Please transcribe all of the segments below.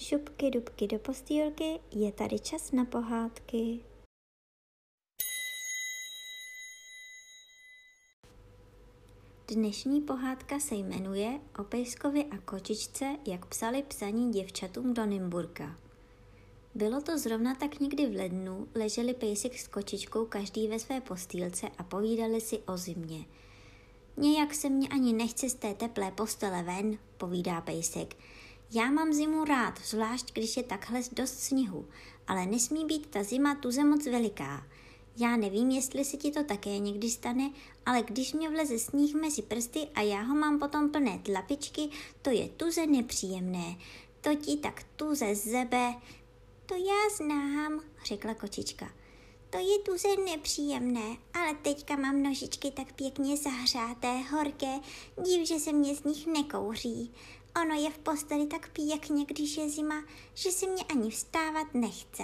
šupky dubky do postýlky, je tady čas na pohádky. Dnešní pohádka se jmenuje O pejskovi a kočičce, jak psali psaní děvčatům do Nymburka. Bylo to zrovna tak někdy v lednu, leželi pejsek s kočičkou každý ve své postýlce a povídali si o zimě. Nějak se mě ani nechce z té teplé postele ven, povídá pejsek. Já mám zimu rád, zvlášť když je takhle dost sněhu, ale nesmí být ta zima tuze moc veliká. Já nevím, jestli se ti to také někdy stane, ale když mě vleze sníh mezi prsty a já ho mám potom plné tlapičky, to je tuze nepříjemné. To ti tak tuze zebe. To já znám, řekla kočička. To je tuze nepříjemné, ale teďka mám nožičky tak pěkně zahřáté, horké, div, že se mě z nich nekouří. Ono je v posteli tak pěkně, když je zima, že se mě ani vstávat nechce.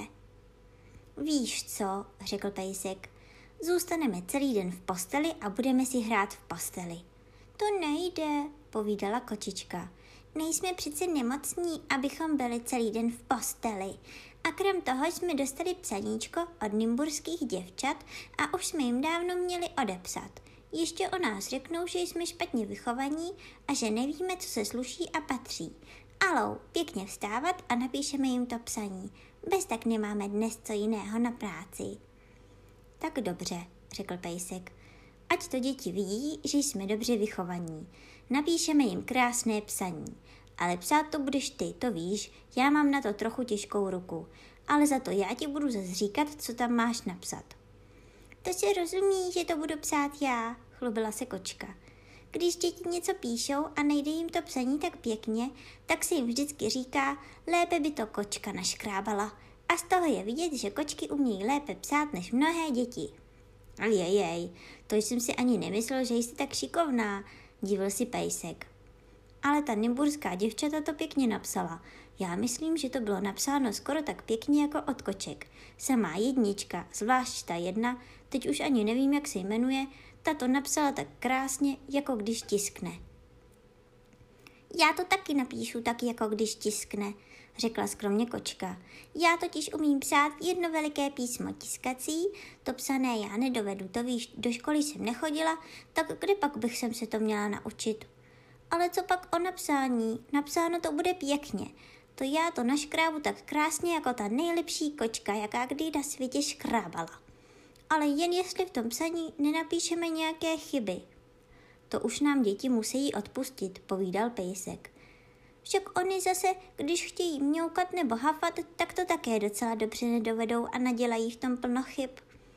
Víš co, řekl pejsek, zůstaneme celý den v posteli a budeme si hrát v posteli. To nejde, povídala kočička. Nejsme přece nemocní, abychom byli celý den v posteli. A krom toho jsme dostali psaníčko od nymburských děvčat a už jsme jim dávno měli odepsat. Ještě o nás řeknou, že jsme špatně vychovaní a že nevíme, co se sluší a patří. Alou, pěkně vstávat a napíšeme jim to psaní. Bez tak nemáme dnes co jiného na práci. Tak dobře, řekl pejsek. Ať to děti vidí, že jsme dobře vychovaní. Napíšeme jim krásné psaní. Ale psát to budeš ty, to víš, já mám na to trochu těžkou ruku. Ale za to já ti budu zase říkat, co tam máš napsat. To se rozumí, že to budu psát já, chlubila se kočka. Když děti něco píšou a nejde jim to psaní tak pěkně, tak se jim vždycky říká, lépe by to kočka naškrábala. A z toho je vidět, že kočky umějí lépe psát než mnohé děti. Jejej, to jsem si ani nemyslel, že jsi tak šikovná, divil si pejsek. Ale ta nymburská děvčata to pěkně napsala. Já myslím, že to bylo napsáno skoro tak pěkně jako od koček. Samá jednička, zvlášť ta jedna, teď už ani nevím, jak se jmenuje, ta to napsala tak krásně, jako když tiskne. Já to taky napíšu tak, jako když tiskne, řekla skromně kočka. Já totiž umím psát jedno veliké písmo tiskací, to psané já nedovedu, to víš, do školy jsem nechodila, tak kde pak bych se to měla naučit? Ale co pak o napsání? Napsáno to bude pěkně. To já to naškrábu tak krásně jako ta nejlepší kočka, jaká kdy na světě škrábala. Ale jen jestli v tom psaní nenapíšeme nějaké chyby. To už nám děti musí odpustit, povídal pejsek. Však oni zase, když chtějí mňoukat nebo hafat, tak to také docela dobře nedovedou a nadělají v tom plno chyb.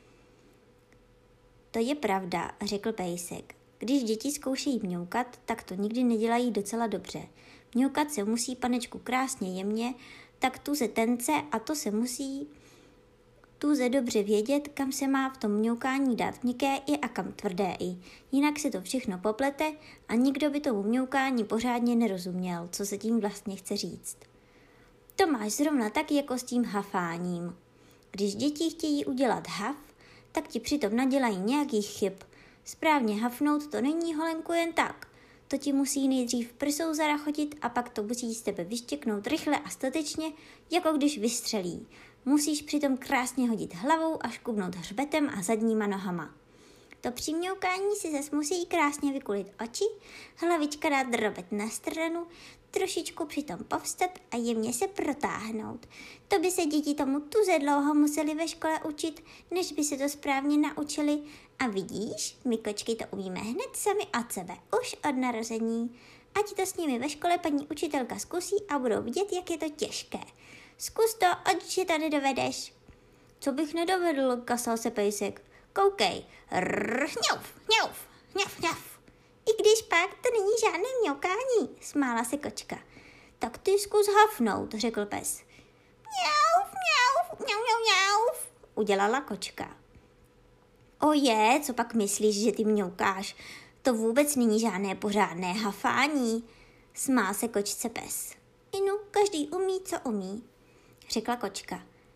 To je pravda, řekl pejsek. Když děti zkoušejí mňoukat, tak to nikdy nedělají docela dobře. Mňoukat se musí, panečku, krásně jemně, tak tuze tence a to se musí tuze dobře vědět, kam se má v tom mňoukání dát měkké i a kam tvrdé i. Jinak se to všechno poplete a nikdo by tomu mňoukání pořádně nerozuměl, co se tím vlastně chce říct. To máš zrovna tak jako s tím hafáním. Když děti chtějí udělat haf, tak ti přitom nadělají nějakých chyb. Správně hafnout to není, holenku, jen tak. To ti musí nejdřív prsou zarachotit a pak to musí z tebe vyštěknout rychle a statečně, jako když vystřelí. Musíš přitom krásně hodit hlavou a škubnout hřbetem a zadníma nohama. To při mňoukání si zas musí krásně vykulit oči, hlavička dát drobet na stranu, trošičku přitom povstat a jemně se protáhnout. To by se děti tomu tuze dlouho museli ve škole učit, než by se to správně naučili. A vidíš, my kočky to umíme hned sami od sebe, už od narození. Ať to s nimi ve škole paní učitelka zkusí a budou vidět, jak je to těžké. Zkus to, ať že to nedovedeš. Co bych nedovedl, kasal se pejsek. Koukej, hňouf, hňouf, hňouf, hňouf. I když pak to není žádné mňoukání, smála se kočka. Tak ty zkus hafnout, řekl pes. Mňauf, mňauf, mňau, mňau, mňauf, udělala kočka. Oje, co pak myslíš, že ty mňoukáš? To vůbec není žádné pořádné hafání, smál se kočce pes. Inu, každý umí, co umí, řekla kočka. Tak teď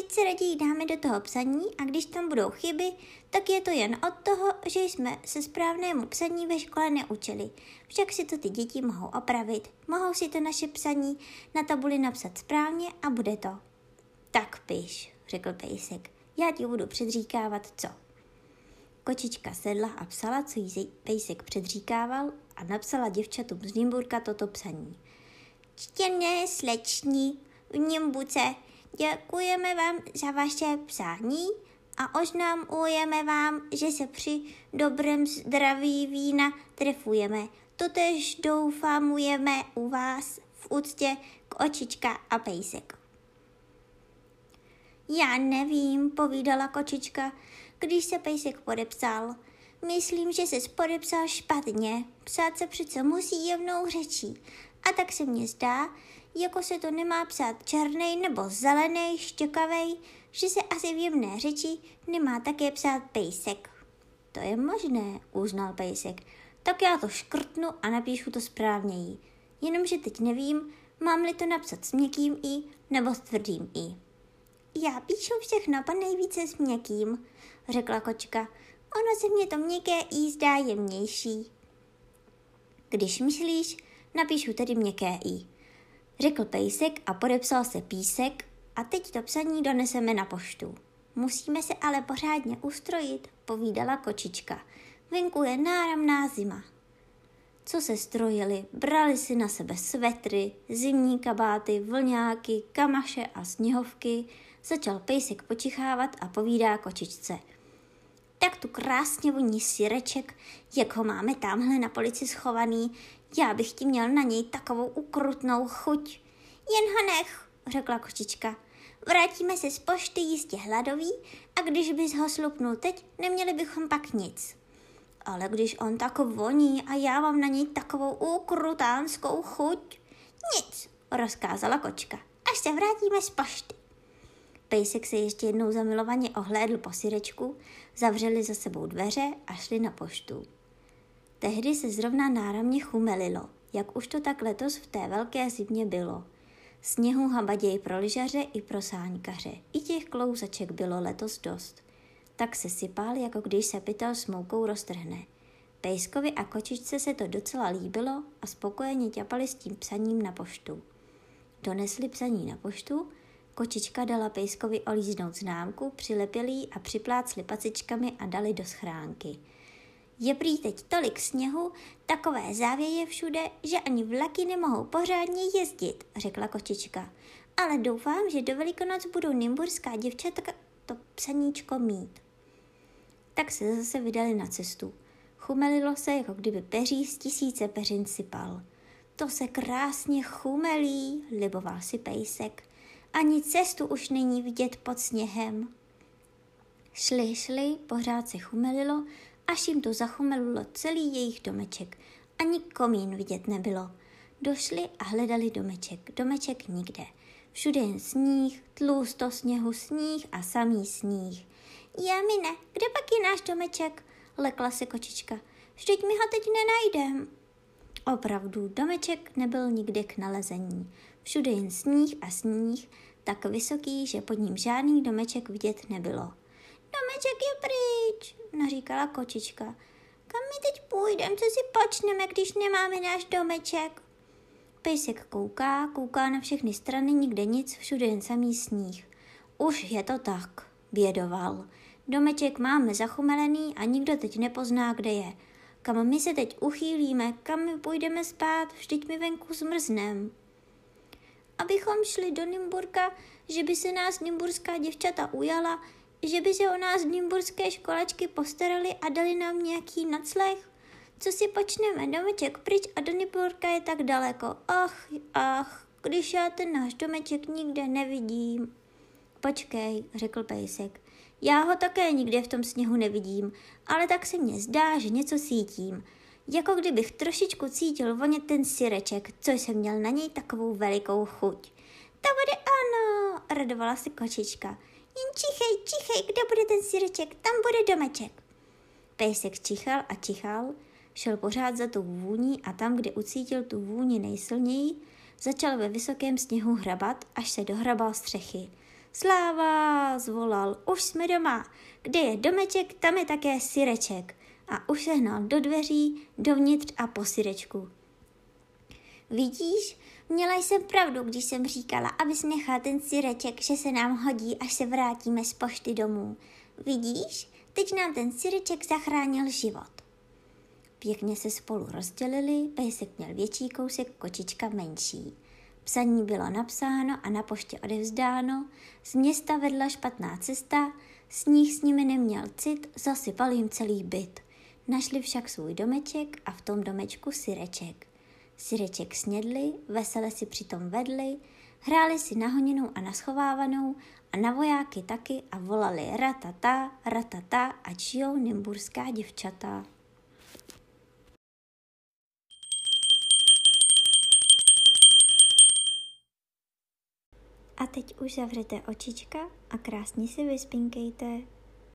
teď se raději dáme do toho psaní a když tam budou chyby, tak je to jen od toho, že jsme se správnému psaní ve škole neučili. Však si to ty děti mohou opravit, mohou si to naše psaní na tabuli napsat správně a bude to. Tak piš, řekl pejsek, já ti budu předříkávat co. Kočička sedla a psala, co jí pejsek předříkával a napsala děvčatům z Nymburka toto psaní. Ctěné sleční v Nymburce, děkujeme vám za vaše psání a oznamujeme vám, že se při dobrém zdraví vína trefujeme. Totež doufámujeme u vás v úctě Kočička a pejsek. Já nevím, povídala kočička, když se pejsek podepsal. Myslím, že ses podepsal špatně. Psát se přece musí jemnou řečí. A tak se mně zdá, jako se to nemá psát černej nebo zelenej, štěkavej, že se asi v jemné řeči nemá také psát pejsek. To je možné, uznal pejsek. Tak já to škrtnu a napíšu to správněji. Jenomže teď nevím, mám-li to napsat s měkkým i nebo s tvrdým i. Já píšu všechno nejvíce s měkkým, řekla kočka. Ono se mně to měkké i zdá jemnější. Když myslíš, napíšu tedy měkké i, řekl pejsek a podepsal se Písek a teď to psaní doneseme na poštu. Musíme se ale pořádně ustrojit, povídala kočička. Venku je náramná zima. Co se strojili, brali si na sebe svetry, zimní kabáty, vlňáky, kamaše a sněhovky. Začal pejsek počichávat a povídá kočičce. Tak tu krásně voní syreček, jak ho máme tamhle na polici schovaný. Já bych ti měl na něj takovou ukrutnou chuť. Jen ho nech, řekla kočička. Vrátíme se z pošty jistě hladoví a když bys ho slupnul teď, neměli bychom pak nic. Ale když on tak voní a já mám na něj takovou ukrutánskou chuť. Nic, rozkázala kočka, až se vrátíme z pošty. Pejsek se ještě jednou zamilovaně ohlédl po syrečku, zavřeli za sebou dveře a šli na poštu. Tehdy se zrovna náramně chumelilo, jak už to tak letos v té velké zimě bylo. Sněhu habaděj pro lyžaře i pro sáňkaře, i těch klouzaček bylo letos dost. Tak se sypal, jako když se pytel s moukou roztrhne. Pejskovi a kočičce se to docela líbilo a spokojeně ťapali s tím psaním na poštu. Donesli psaní na poštu, kočička dala pejskovi olíznout známku, přilepili ji a připlácli pacičkami a dali do schránky. Je prý teď tolik sněhu, takové závěje všude, že ani vlaky nemohou pořádně jezdit, řekla kočička. Ale doufám, že do Velikonoc budou nymburská děvčatka to psaníčko mít. Tak se zase vydali na cestu. Chumelilo se, jako kdyby peří z 1000 peřin sypal. To se krásně chumelí, liboval si pejsek. Ani cestu už není vidět pod sněhem. Šli, pořád se chumelilo, až jim to zachumelilo celý jejich domeček. Ani komín vidět nebylo. Došli a hledali domeček. Domeček nikde. Všude jen sníh, tlusto sněhu, sníh a samý sníh. Jamine, kde pak je náš domeček? Lekla se kočička. Vždyť my ho teď nenajdem. Opravdu, domeček nebyl nikde k nalezení. Všude jen sníh a sníh, tak vysoký, že pod ním žádný domeček vidět nebylo. Domeček je pryč, naříkala kočička. Kam my teď půjdeme, co si počneme, když nemáme náš domeček? Pejsek kouká na všechny strany, nikde nic, všude jen samý sníh. Už je to tak, bědoval. Domeček máme zachumelený a nikdo teď nepozná, kde je. Kam my se teď uchýlíme, kam my půjdeme spát, vždyť my venku zmrznem. Abychom šli do Nymburka, že by se nás nymburská děvčata ujala, že by se o nás nymburské školačky postarali a dali nám nějaký nacleh. Co si počneme, domeček pryč a do Nymburka je tak daleko. Ach, když já ten náš domeček nikde nevidím. Počkej, řekl pejsek. Já ho také nikde v tom sněhu nevidím, ale tak se mně zdá, že něco cítím. Jako kdybych trošičku cítil vonět ten syreček, co jsem měl na něj takovou velikou chuť. To bude ano, radovala se kočička. Jen čichej, kde bude ten syreček, tam bude domeček. Pejsek čichal, šel pořád za tou vůní a tam, kde ucítil tu vůni nejsilněji, začal ve vysokém sněhu hrabat, až se dohrabal střechy. Sláva, zvolal, už jsme doma. Kde je domeček, tam je také syreček. A už se hnal do dveří, dovnitř a po syrečku. Vidíš, měla jsem pravdu, když jsem říkala, abys nechal ten syreček, že se nám hodí, až se vrátíme z pošty domů. Vidíš, teď nám ten syreček zachránil život. Pěkně se spolu rozdělili, pejsek měl větší kousek, kočička menší. Psaní bylo napsáno a na poště odevzdáno, z města vedla špatná cesta, sníh s nimi neměl cit, zasypal jim celý byt. Našli však svůj domeček a v tom domečku syreček. Syreček snědli, vesele si přitom vedli, hráli si na honinou a na schovávanou a na vojáky taky a volali ratata, ratata, ať žijou nymburská děvčata. A teď už zavřete očička a krásně si vyspinkejte.